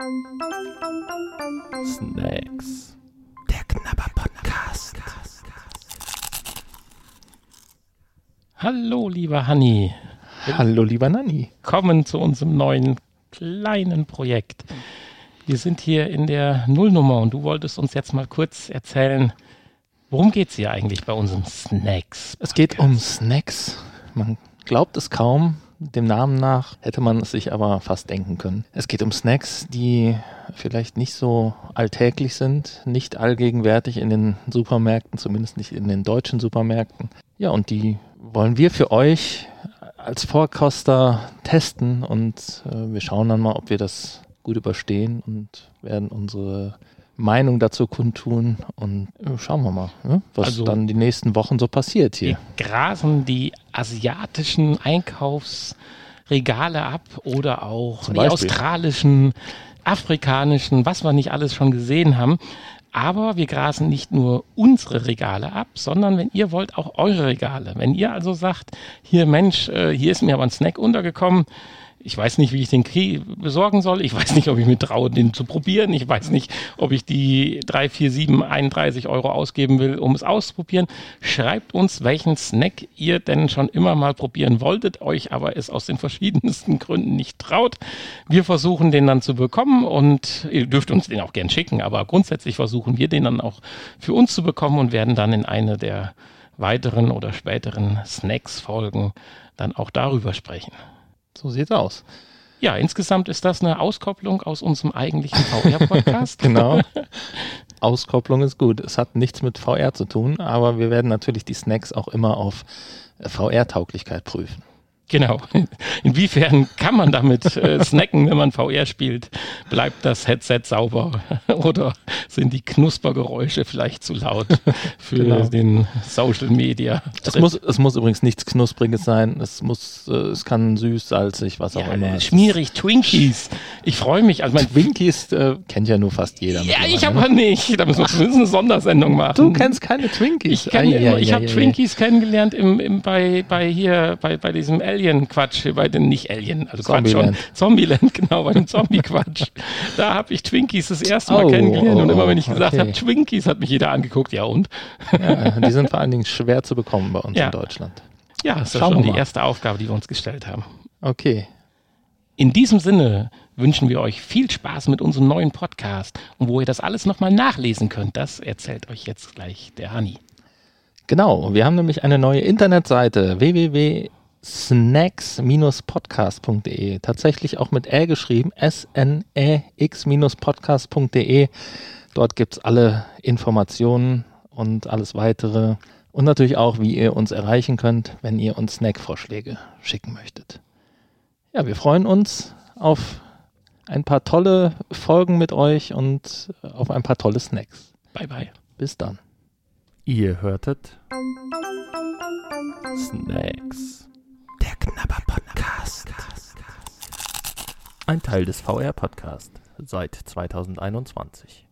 Snacks. Der Knabber-Podcast. Hallo, lieber Hanni. Hallo, lieber Nanni. Willkommen zu unserem neuen kleinen Projekt. Wir sind hier in der Nullnummer und du wolltest uns jetzt mal kurz erzählen, worum geht es hier eigentlich bei unserem Snacks? Es geht um Snacks. Man glaubt es kaum. Dem Namen nach hätte man es sich aber fast denken können. Es geht um Snacks, die vielleicht nicht so alltäglich sind, nicht allgegenwärtig in den Supermärkten, zumindest nicht in den deutschen Supermärkten. Ja, und die wollen wir für euch als Vorkoster testen und wir schauen dann mal, ob wir das gut überstehen und werden unsere Meinung dazu kundtun und schauen wir mal, ne, was dann die nächsten Wochen so passiert hier. Wir grasen die asiatischen Einkaufsregale ab oder auch die australischen, afrikanischen, was wir nicht alles schon gesehen haben. Aber wir grasen nicht nur unsere Regale ab, sondern wenn ihr wollt, auch eure Regale. Wenn ihr also sagt, hier Mensch, hier ist mir aber ein Snack untergekommen, ich weiß nicht, wie ich den besorgen soll. Ich weiß nicht, ob ich mir traue, den zu probieren. Ich weiß nicht, ob ich die 3, 4, 7, 31 Euro ausgeben will, um es auszuprobieren. Schreibt uns, welchen Snack ihr denn schon immer mal probieren wolltet, euch aber es aus den verschiedensten Gründen nicht traut. Wir versuchen den dann zu bekommen und ihr dürft uns den auch gern schicken, aber grundsätzlich versuchen wir den dann auch für uns zu bekommen und werden dann in eine der weiteren oder späteren Snacks-Folgen dann auch darüber sprechen. So sieht's aus. Ja, insgesamt ist das eine Auskopplung aus unserem eigentlichen VR-Podcast. Genau. Auskopplung ist gut. Es hat nichts mit VR zu tun, aber wir werden natürlich die Snacks auch immer auf VR-Tauglichkeit prüfen. Genau. Inwiefern kann man damit snacken, wenn man VR spielt? Bleibt das Headset sauber oder sind die Knuspergeräusche vielleicht zu laut für den Social Media? Es muss übrigens nichts Knuspriges sein. Es kann süß, salzig, was auch immer. Schmierig, Twinkies. Ich freue mich. Also Twinkies kennt ja nur fast jeder. Ja, ich aber nicht. Da müssen wir eine Sondersendung machen. Du kennst keine Twinkies. Ich habe Twinkies kennengelernt bei diesem Alien-Quatsch, bei den nicht Alien, also Zombieland. Zombieland, genau, bei dem Zombie-Quatsch. Da habe ich Twinkies das erste Mal kennengelernt und immer wenn ich gesagt habe, Twinkies, hat mich jeder angeguckt, ja und? Ja, die sind vor allen Dingen schwer zu bekommen bei uns in Deutschland. Ja, das ist schon die erste Aufgabe, die wir uns gestellt haben. Okay. In diesem Sinne wünschen wir euch viel Spaß mit unserem neuen Podcast und wo ihr das alles nochmal nachlesen könnt, das erzählt euch jetzt gleich der Hanni. Genau, wir haben nämlich eine neue Internetseite, www.snacks-podcast.de, tatsächlich auch mit Ä geschrieben, SNEX-podcast.de. Dort gibt es alle Informationen und alles weitere und natürlich auch, wie ihr uns erreichen könnt, wenn ihr uns Snackvorschläge schicken möchtet. Ja, wir freuen uns auf ein paar tolle Folgen mit euch und auf ein paar tolle Snacks. Bye, bye. Bis dann. Ihr hörtet Snacks. Der Knabber-Podcast. Ein Teil des VR-Podcast seit 2021.